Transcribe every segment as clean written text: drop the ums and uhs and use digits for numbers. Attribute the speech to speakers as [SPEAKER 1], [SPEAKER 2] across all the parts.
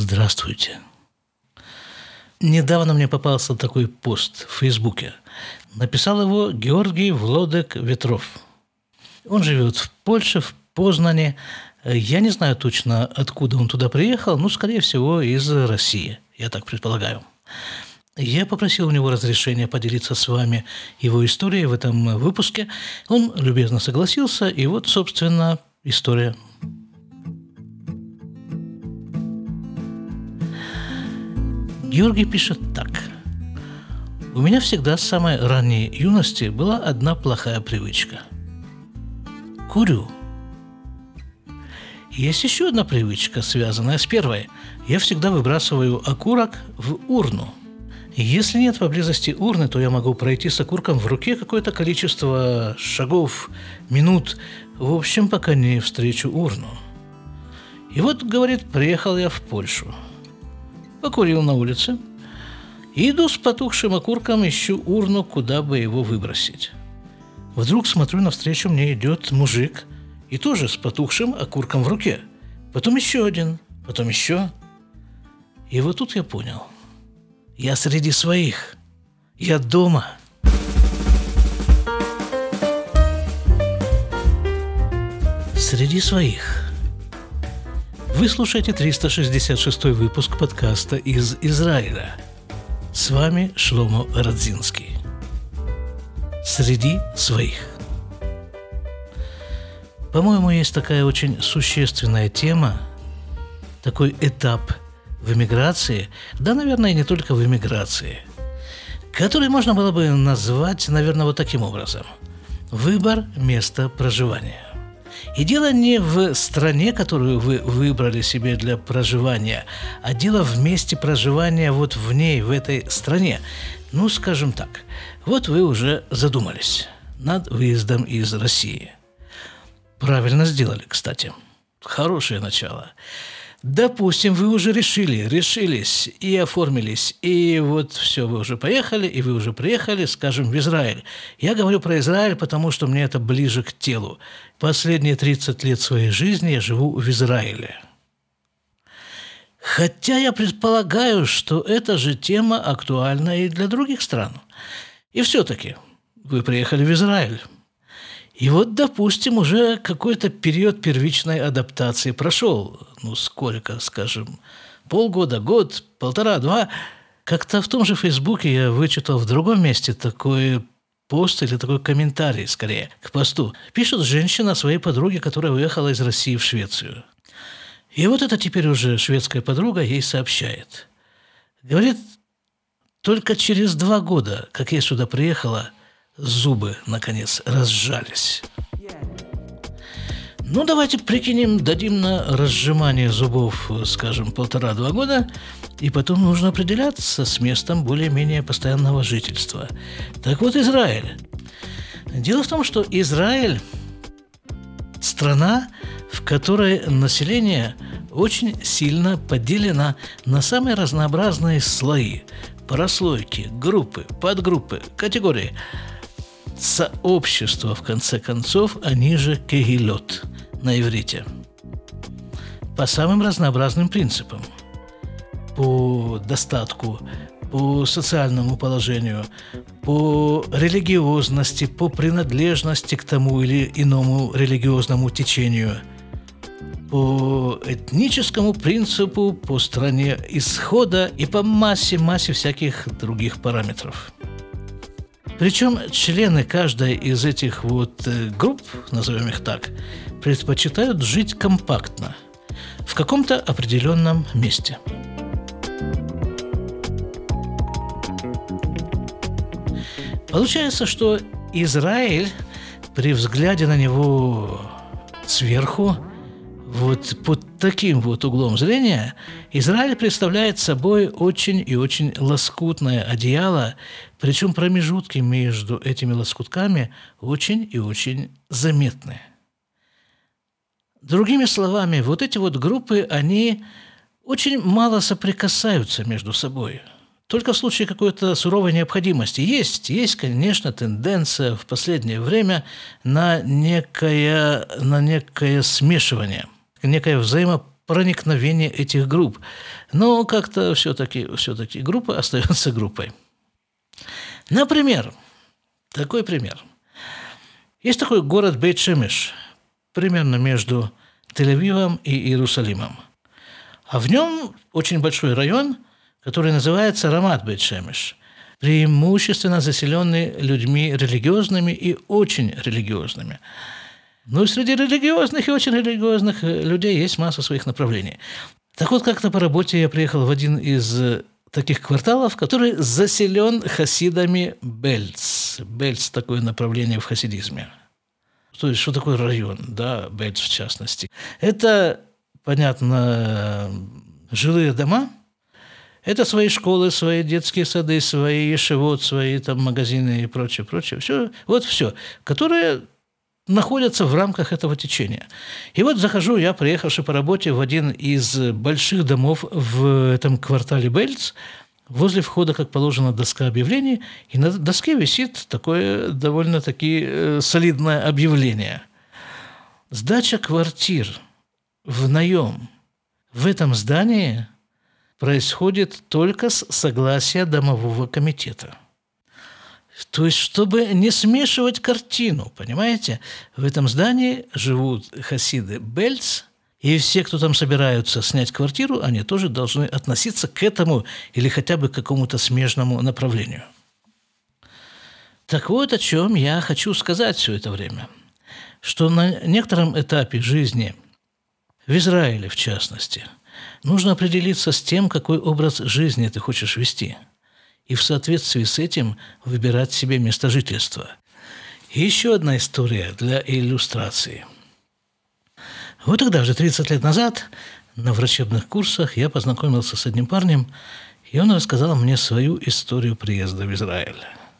[SPEAKER 1] Здравствуйте. Недавно мне попался такой пост в Фейсбуке. Написал его Георгий Влодек Ветров. Он живет в Польше, в Познане. Я не знаю точно, откуда он туда приехал, но, скорее всего, из России, я так предполагаю. Я попросил у него разрешения поделиться с вами его историей в этом выпуске. Он любезно согласился, и вот, собственно, история. Георгий пишет так. У меня всегда с самой ранней юности была одна плохая привычка. Курю. Есть еще одна привычка, связанная с первой. Я всегда выбрасываю окурок в урну. Если нет поблизости урны, то я могу пройти с окурком в руке какое-то количество шагов, минут, в общем, пока не встречу урну. И вот, говорит, приехал я в Польшу. Покурил на улице. Иду с потухшим окурком, ищу урну, куда бы его выбросить. Вдруг смотрю, навстречу мне идет мужик, и тоже с потухшим окурком в руке. Потом еще один, потом еще. И вот тут я понял. Я среди своих. Я дома. Среди своих. Вы слушаете 366 выпуск подкаста из Израиля. С вами Шломо Радзинский. Среди своих. По-моему, есть такая очень существенная тема, такой этап в эмиграции, да, наверное, и не только в эмиграции, который можно было бы назвать, наверное, вот таким образом. Выбор места проживания. И дело не в стране, которую вы выбрали себе для проживания, а дело в месте проживания вот в ней, в этой стране. Ну, скажем так, вот вы уже задумались над выездом из России. Правильно сделали, кстати. Хорошее начало. Допустим, вы уже решились и оформились, и вот все, вы уже поехали, и вы уже приехали, скажем, в Израиль. Я говорю про Израиль, потому что мне это ближе к телу. Последние 30 лет своей жизни я живу в Израиле. Хотя я предполагаю, что эта же тема актуальна и для других стран. И все-таки вы приехали в Израиль. И вот, допустим, уже какой-то период первичной адаптации прошел. Ну, сколько, скажем, полгода, год, полтора, два. Как-то в том же Фейсбуке я вычитал в другом месте такой пост или такой комментарий, скорее, к посту. Пишет женщина своей подруге, которая уехала из России в Швецию. И вот эта теперь уже шведская подруга ей сообщает. Говорит, только через 2 года, как я сюда приехала, зубы, наконец, разжались. Ну, давайте прикинем, дадим на разжимание зубов, скажем, 1,5-2 года, и потом нужно определяться с местом более-менее постоянного жительства. Так вот, Израиль. Дело в том, что Израиль – страна, в которой население очень сильно поделено на самые разнообразные слои, прослойки, группы, подгруппы, категории. Сообщество, в конце концов, они же кегилот на иврите. По самым разнообразным принципам. По достатку, по социальному положению, по религиозности, по принадлежности к тому или иному религиозному течению, по этническому принципу, по стране исхода и по массе всяких других параметров. Причем члены каждой из этих вот групп, назовем их так, предпочитают жить компактно, в каком-то определенном месте. Получается, что Израиль, при взгляде на него сверху, вот под таким вот углом зрения, Израиль представляет собой очень и очень лоскутное одеяло, причем промежутки между этими лоскутками очень и очень заметны. Другими словами, вот эти вот группы, они очень мало соприкасаются между собой. Только в случае какой-то суровой необходимости. Есть, конечно, тенденция в последнее время на некое смешивание, некое проникновения этих групп. Но как-то все-таки группа остается группой. Например, такой пример. Есть такой город Бейт-Шемеш, примерно между Тель-Авивом и Иерусалимом. А в нем очень большой район, который называется Рамат Бейт-Шемеш, преимущественно заселенный людьми религиозными и очень религиозными. Ну и среди религиозных и очень религиозных людей есть масса своих направлений. Так вот, как-то по работе я приехал в один из таких кварталов, который заселен хасидами Бельц. Бельц – такое направление в хасидизме. То есть, что такое район, да, Бельц в частности. Это, понятно, жилые дома, это свои школы, свои детские сады, свои ешивот, свои там магазины и прочее. Все, которые находятся в рамках этого течения. И вот захожу я, приехавший по работе, в один из больших домов в этом квартале Бельц. Возле входа, как положено, доска объявлений, и на доске висит такое довольно-таки солидное объявление. Сдача квартир в наем в этом здании происходит только с согласия домового комитета. То есть, чтобы не смешивать картину, понимаете? В этом здании живут хасиды Бельц, и все, кто там собираются снять квартиру, они тоже должны относиться к этому или хотя бы к какому-то смежному направлению. Так вот, о чем я хочу сказать все это время. Что на некотором этапе жизни, в Израиле в частности, нужно определиться с тем, какой образ жизни ты хочешь вести, и в соответствии с этим выбирать себе место жительства. И еще одна история для иллюстрации. Вот тогда же, 30 лет назад, на врачебных курсах я познакомился с одним парнем, и он рассказал мне свою историю приезда в Израиль.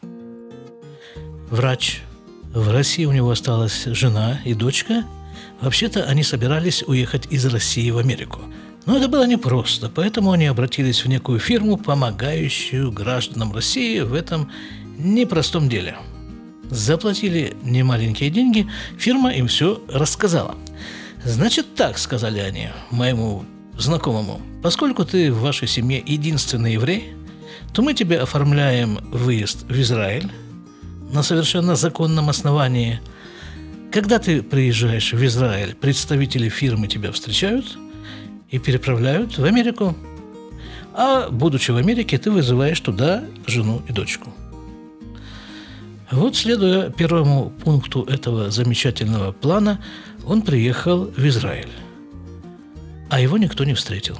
[SPEAKER 1] Врач. В России у него осталась жена и дочка. Вообще-то они собирались уехать из России в Америку. Но это было непросто, поэтому они обратились в некую фирму, помогающую гражданам России в этом непростом деле. Заплатили немаленькие деньги, фирма им все рассказала. «Значит так», — сказали они моему знакомому, «поскольку ты в вашей семье единственный еврей, то мы тебе оформляем выезд в Израиль на совершенно законном основании. Когда ты приезжаешь в Израиль, представители фирмы тебя встречают и переправляют в Америку. А, будучи в Америке, ты вызываешь туда жену и дочку». Вот, следуя первому пункту этого замечательного плана, он приехал в Израиль. А его никто не встретил.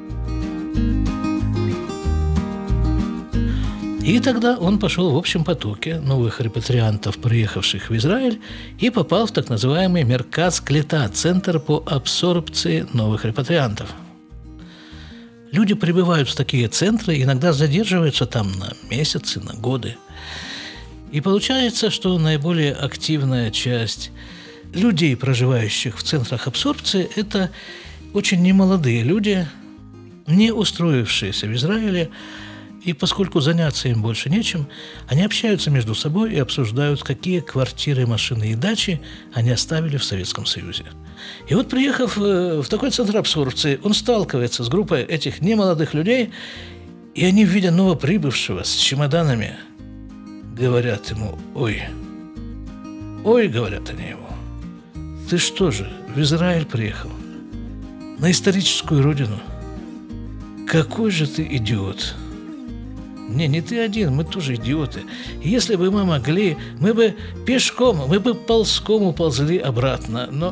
[SPEAKER 1] И тогда он пошел в общем потоке новых репатриантов, приехавших в Израиль, и попал в так называемый Мерказ Клита, центр по абсорбции новых репатриантов. Люди прибывают в такие центры, иногда задерживаются там на месяцы, на годы. И получается, что наиболее активная часть людей, проживающих в центрах абсорбции, это очень немолодые люди, не устроившиеся в Израиле, и поскольку заняться им больше нечем, они общаются между собой и обсуждают, какие квартиры, машины и дачи они оставили в Советском Союзе. И вот, приехав в такой центр абсорбции, он сталкивается с группой этих немолодых людей, и они, видя новоприбывшего с чемоданами, говорят ему: «Ой, говорят они ему, ты что же, в Израиль приехал? На историческую родину? Какой же ты идиот!» Не ты один, мы тоже идиоты. Если бы мы могли, мы бы пешком, мы бы ползком уползли обратно, но...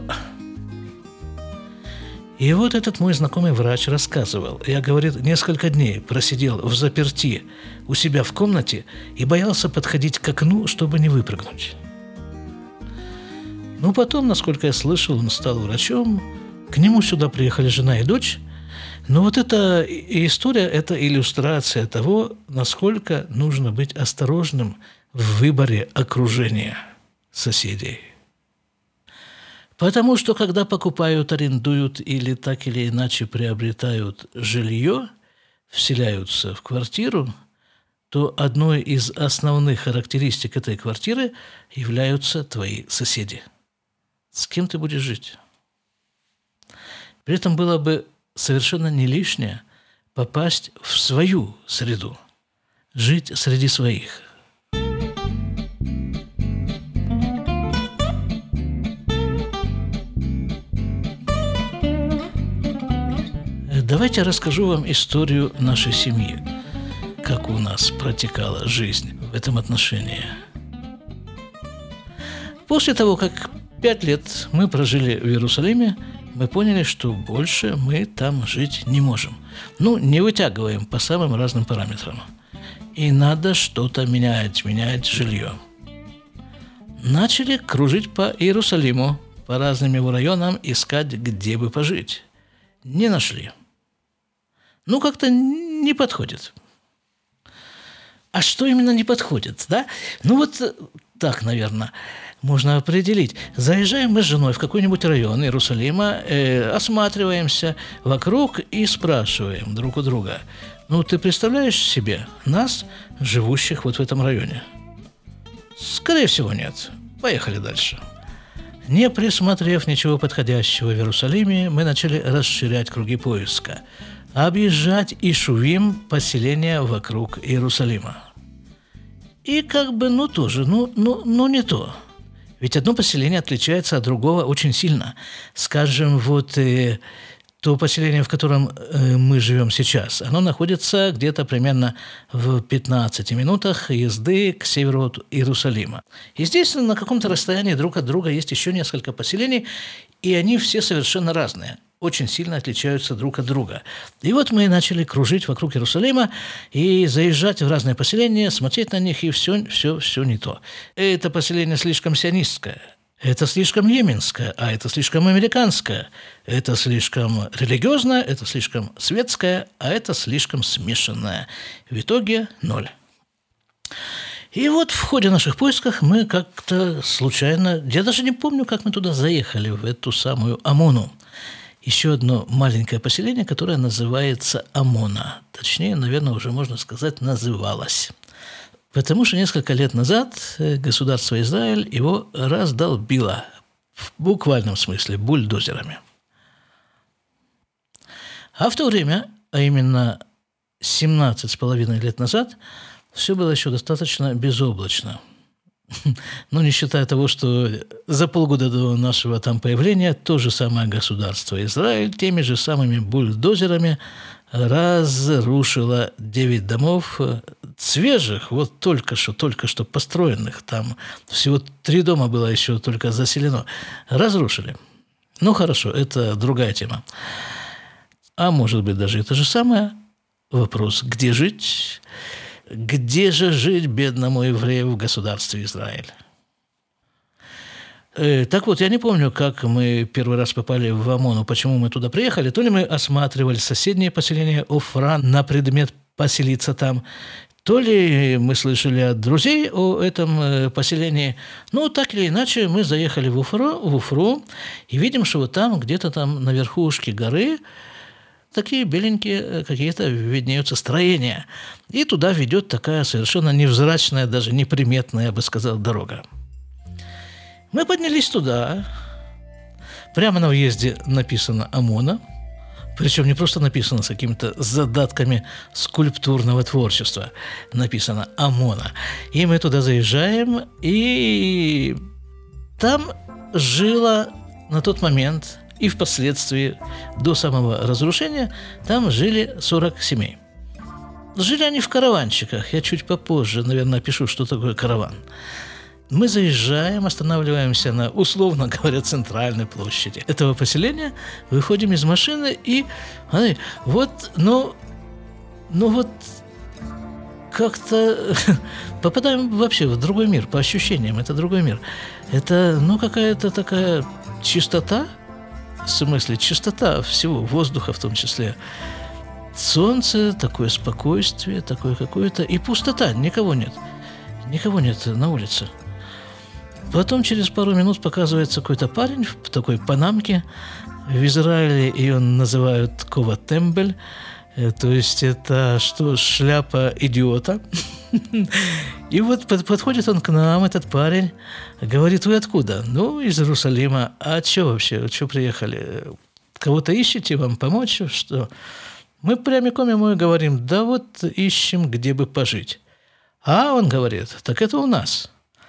[SPEAKER 1] И вот этот мой знакомый врач рассказывал. Я, говорит, несколько дней просидел в заперти у себя в комнате и боялся подходить к окну, чтобы не выпрыгнуть. Ну, потом, насколько я слышал, он стал врачом. К нему сюда приехали жена и дочь. Но вот эта история – это иллюстрация того, насколько нужно быть осторожным в выборе окружения соседей. Потому что, когда покупают, арендуют или так или иначе приобретают жилье, вселяются в квартиру, то одной из основных характеристик этой квартиры являются твои соседи. С кем ты будешь жить? При этом было бы совершенно не лишнее попасть в свою среду, жить среди своих. Давайте я расскажу вам историю нашей семьи, как у нас протекала жизнь в этом отношении. После того, как 5 лет мы прожили в Иерусалиме, мы поняли, что больше мы там жить не можем. Не вытягиваем по самым разным параметрам. И надо что-то менять жилье. Начали кружить по Иерусалиму, по разным его районам, искать, где бы пожить. Не нашли. Как-то не подходит. А что именно не подходит, да? Так, наверное, можно определить. Заезжаем мы с женой в какой-нибудь район Иерусалима, осматриваемся вокруг и спрашиваем друг у друга: ты представляешь себе нас, живущих вот в этом районе? Скорее всего, нет. Поехали дальше. Не присмотрев ничего подходящего в Иерусалиме, мы начали расширять круги поиска, объезжать ишувим, поселения вокруг Иерусалима. И тоже, не то. Ведь одно поселение отличается от другого очень сильно. Скажем, то поселение, в котором мы живем сейчас, оно находится где-то примерно в 15 минутах езды к северу от Иерусалима. И здесь на каком-то расстоянии друг от друга есть еще несколько поселений, и они все совершенно разные, очень сильно отличаются друг от друга. И мы начали кружить вокруг Иерусалима и заезжать в разные поселения, смотреть на них, и все не то. Это поселение слишком сионистское, это слишком йеменское, а это слишком американское, это слишком религиозное, это слишком светское, а это слишком смешанное. В итоге 0. И в ходе наших поисков мы как-то случайно, я даже не помню, как мы туда заехали, в эту самую Амону. Еще одно маленькое поселение, которое называется Амона. Точнее, наверное, уже можно сказать, называлось. Потому что несколько лет назад государство Израиль его раздолбило, в буквальном смысле, бульдозерами. А в то время, а именно 17,5 лет назад, все было еще достаточно безоблачно. Не считая того, что за полгода до нашего там появления то же самое государство Израиль теми же самыми бульдозерами разрушило 9 домов свежих, только что построенных. Там всего 3 дома было еще только заселено. Разрушили. Хорошо, это другая тема. А может быть, даже это же самое. Вопрос, где жить? Где же жить бедному еврею в государстве Израиль? Так я не помню, как мы первый раз попали в Амону, почему мы туда приехали. То ли мы осматривали соседние поселения Офра на предмет поселиться там, то ли мы слышали от друзей о этом поселении. Так или иначе, мы заехали в Уфру и видим, что там, где-то там на верхушке горы, такие беленькие какие-то виднеются строения. И туда ведет такая совершенно невзрачная, даже неприметная, я бы сказал, дорога. Мы поднялись туда. Прямо на въезде написано «Амона». Причем не просто написано с какими-то задатками скульптурного творчества. Написано «Амона». И мы туда заезжаем, и там жило на тот момент и впоследствии, до самого разрушения, там жили 40 семей. Жили они в караванчиках. Я чуть попозже, наверное, опишу, что такое караван. Мы заезжаем, останавливаемся на, условно говоря, центральной площади этого поселения, выходим из машины и как-то попадаем вообще в другой мир, по ощущениям, это другой мир. Это, какая-то такая чистота, в смысле чистота всего, воздуха в том числе. Солнце, такое спокойствие, такое какое-то, и пустота, никого нет. Никого нет на улице. Потом через пару минут показывается какой-то парень в такой панамке. В Израиле ее называют кова-тембель, то есть это шляпа идиота. И подходит он к нам, этот парень, говорит: вы откуда? Из Иерусалима. А что вообще, что приехали? кого-то ищете, вам помочь, что мы прямиком ему и говорим: да вот ищем, где бы пожить. А он говорит: так это у нас.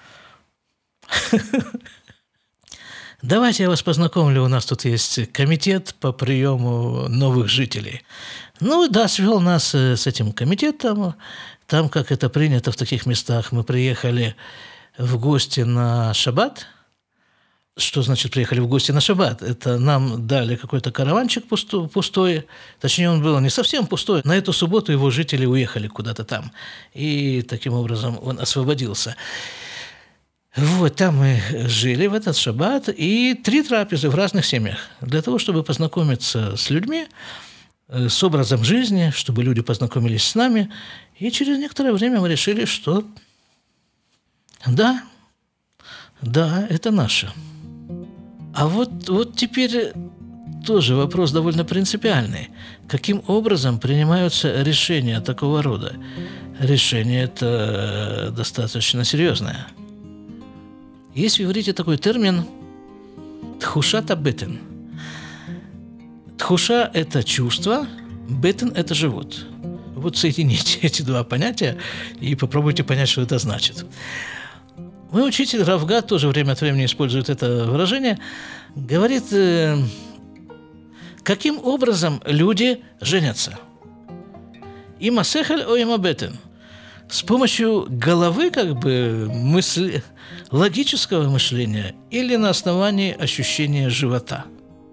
[SPEAKER 1] Давайте я вас познакомлю, у нас тут есть комитет по приему новых жителей. Ну да, свел нас с этим комитетом. Там, как это принято в таких местах, мы приехали в гости на шаббат. Что значит приехали в гости на шаббат? Это нам дали какой-то караванчик пустой. Точнее, он был не совсем пустой. На эту субботу его жители уехали куда-то там. И таким образом он освободился. Вот, там мы жили в этот шаббат, и 3 трапезы в разных семьях, для того, чтобы познакомиться с людьми, с образом жизни, чтобы люди познакомились с нами, и через некоторое время мы решили, что да, это наше. А вот теперь тоже вопрос довольно принципиальный. Каким образом принимаются решения такого рода? Решение это достаточно серьезное. Есть в иврите такой термин «тхушата бетен». Тхуша – это чувство, бетен – это живот. Вот соедините эти 2 понятия и попробуйте понять, что это значит. Мой учитель Рав Гад тоже время от времени использует это выражение. Говорит, каким образом люди женятся. Има сехель о има бетен. С помощью головы, логического мышления или на основании ощущения живота.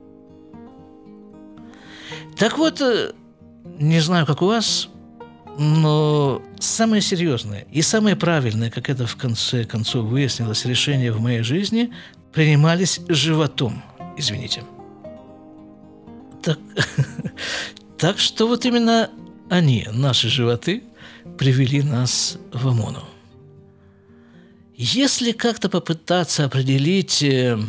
[SPEAKER 1] Так вот, не знаю, как у вас, но самое серьезное и самое правильное, как это в конце концов выяснилось, решения в моей жизни принимались животом. Извините. Так что вот именно они, наши животы, привели нас в Амону. Если как-то попытаться определить,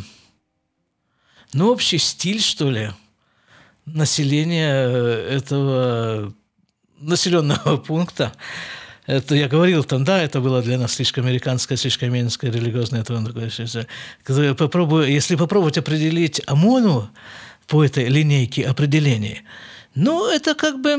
[SPEAKER 1] общий стиль, что ли, населения этого населенного пункта, это я говорил там, да, это было для нас слишком американское, слишком менское, религиозное, если попробовать определить Амону по этой линейке определений, это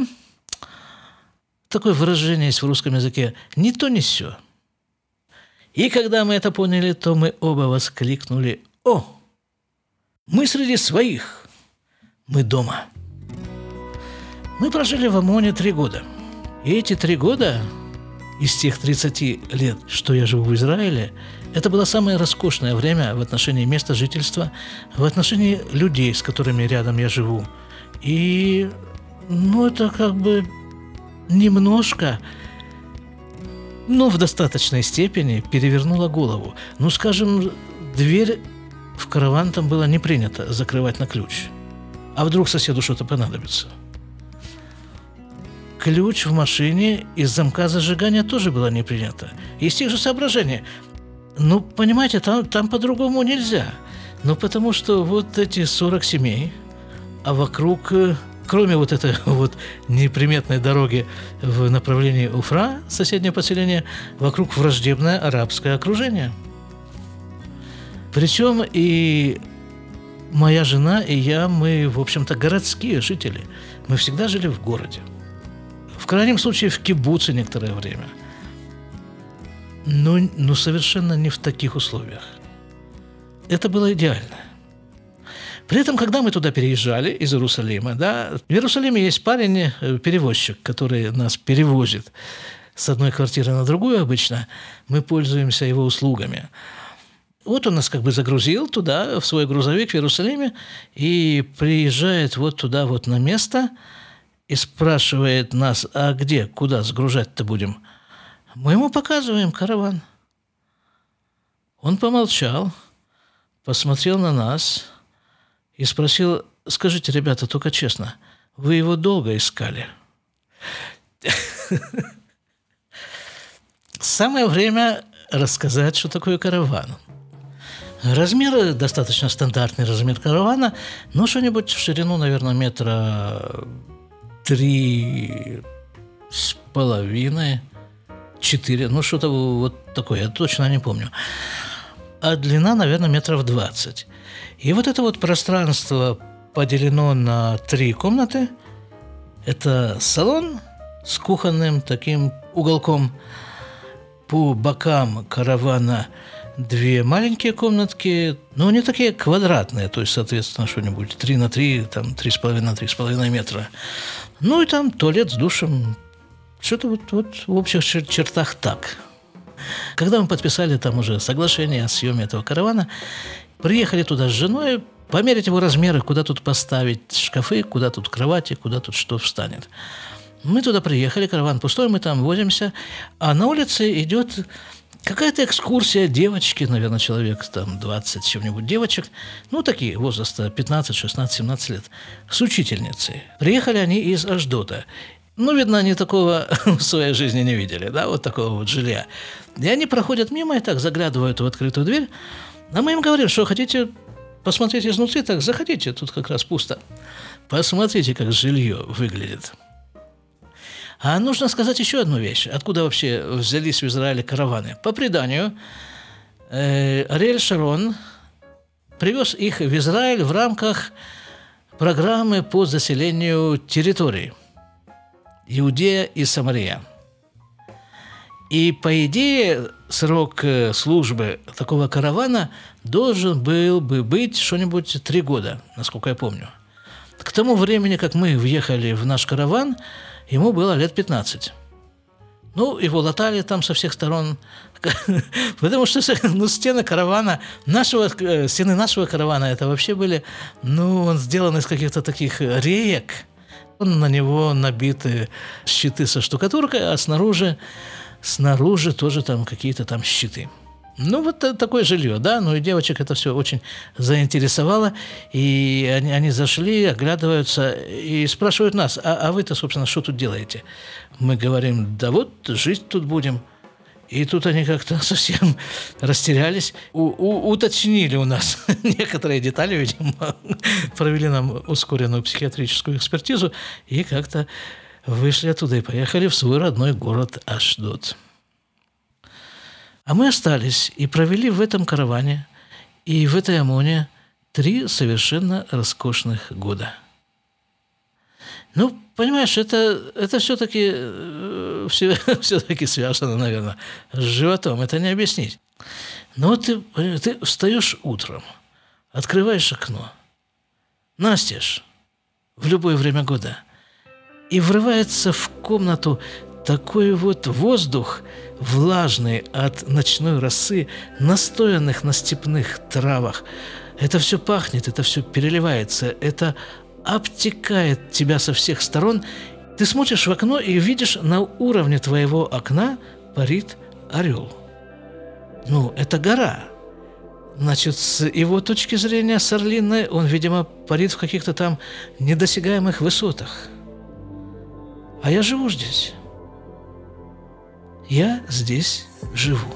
[SPEAKER 1] такое выражение есть в русском языке: ни то, ни сё. И когда мы это поняли, то мы оба воскликнули: «О, мы среди своих, мы дома». Мы прожили в Амоне 3 года. И эти 3 года из тех 30 лет, что я живу в Израиле, это было самое роскошное время в отношении места жительства, в отношении людей, с которыми рядом я живу. И, это немножко, но в достаточной степени перевернуло голову. Скажем, дверь в караван там было не принято закрывать на ключ. А вдруг соседу что-то понадобится? Ключ в машине из замка зажигания тоже было не принято. Из тех же соображений. Понимаете, там по-другому нельзя. Потому что вот эти 40 семей, а вокруг, кроме вот этой неприметной дороги в направлении Уфра, соседнее поселение, вокруг враждебное арабское окружение. Причем и моя жена, и я, мы, в общем-то, городские жители. Мы всегда жили в городе. В крайнем случае, в кибуце некоторое время. Но совершенно не в таких условиях. Это было идеально. При этом, когда мы туда переезжали из Иерусалима, в Иерусалиме есть парень-перевозчик, который нас перевозит с одной квартиры на другую обычно. Мы пользуемся его услугами. Вот он нас загрузил туда, в свой грузовик в Иерусалиме, и приезжает вот туда на место и спрашивает нас: а где, куда сгружать-то будем? Мы ему показываем караван. Он помолчал, посмотрел на нас и спросил: скажите, ребята, только честно, вы его долго искали? Самое время рассказать, что такое караван. Размер достаточно стандартный размер каравана, что-нибудь в ширину, наверное, 3,5, 4, что-то вот такое, я точно не помню. А длина, наверное, 20 метров. И вот это пространство поделено на 3 комнаты. Это салон с кухонным таким уголком. По бокам каравана 2 маленькие комнатки, но они такие квадратные, то есть, соответственно, что-нибудь 3 на 3, там 3,5 на 3,5 метра. Ну и там туалет с душем. Что-то вот в общих чертах так. Когда мы подписали там уже соглашение о съеме этого каравана, приехали туда с женой, померить его размеры, куда тут поставить шкафы, куда тут кровати, куда тут что встанет. Мы туда приехали, караван пустой, мы там возимся, а на улице идет какая-то экскурсия, девочки, наверное, человек там 20 чем-нибудь девочек, ну, такие, возраста 15, 16, 17 лет, с учительницей. Приехали они из Ашдода. Ну, видно, они такого в своей жизни не видели, да, вот такого вот жилья. И они проходят мимо и так заглядывают в открытую дверь, а мы им говорим, что хотите посмотреть изнутри, так заходите, тут как раз пусто. Посмотрите, как жилье выглядит. А нужно сказать еще одну вещь. Откуда вообще взялись в Израиле караваны? По преданию, Ариэль Шарон привез их в Израиль в рамках программы по заселению территорий Иудея и Самария. И, по идее, срок службы такого каравана должен был бы быть что-нибудь 3 года, насколько я помню. К тому времени, как мы въехали в наш караван, ему было лет 15. Ну, его латали там со всех сторон, потому что стены каравана, стены нашего каравана, это вообще были, он сделан из каких-то таких реек, на него набиты щиты со штукатуркой, а снаружи тоже там какие-то там щиты. Ну, вот такое жилье, да, и девочек это все очень заинтересовало, и они зашли, оглядываются и спрашивают нас, а вы-то, собственно, что тут делаете? Мы говорим, да вот, жить тут будем. И тут они как-то совсем растерялись, уточнили у нас некоторые детали, видимо, провели нам ускоренную психиатрическую экспертизу и как-то вышли оттуда и поехали в свой родной город Ашдод. А мы остались и провели в этом караване и в этой ОМОНе 3 совершенно роскошных года. Ну, понимаешь, это все-таки связано, наверное, с животом. Это не объяснить. Но вот ты встаешь утром, открываешь окно, настежь, в любое время года, и врывается в комнату такой вот воздух, влажный от ночной росы, настоянных на степных травах. Это все пахнет, это все переливается, это обтекает тебя со всех сторон. Ты смотришь в окно и видишь, на уровне твоего окна парит орел. Это гора. Значит, с его точки зрения, с орлиной, он, видимо, парит в каких-то там недосягаемых высотах. А я живу здесь. Я здесь живу.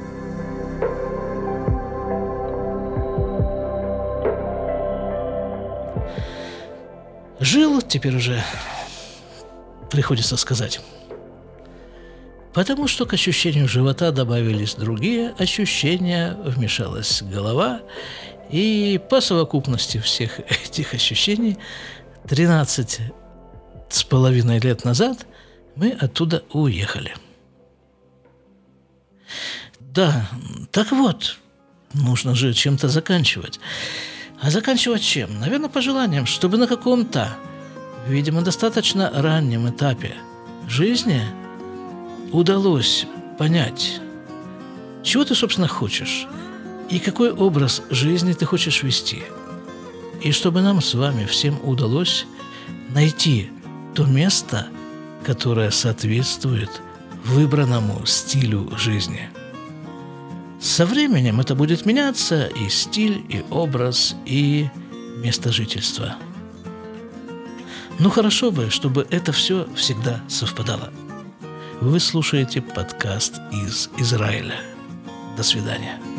[SPEAKER 1] Жил, теперь уже приходится сказать. Потому что к ощущению живота добавились другие ощущения, вмешалась голова, и по совокупности всех этих ощущений 13,5 лет назад мы оттуда уехали. Да, так вот, нужно же чем-то заканчивать. А заканчивать чем? Наверное, пожеланием, чтобы на каком-то, видимо, достаточно раннем этапе жизни удалось понять, чего ты, собственно, хочешь и какой образ жизни ты хочешь вести. И чтобы нам с вами всем удалось найти то место, которое соответствует выбранному стилю жизни. Со временем это будет меняться и стиль, и образ, и место жительства. Хорошо бы, чтобы это все всегда совпадало. Вы слушаете подкаст из Израиля. До свидания.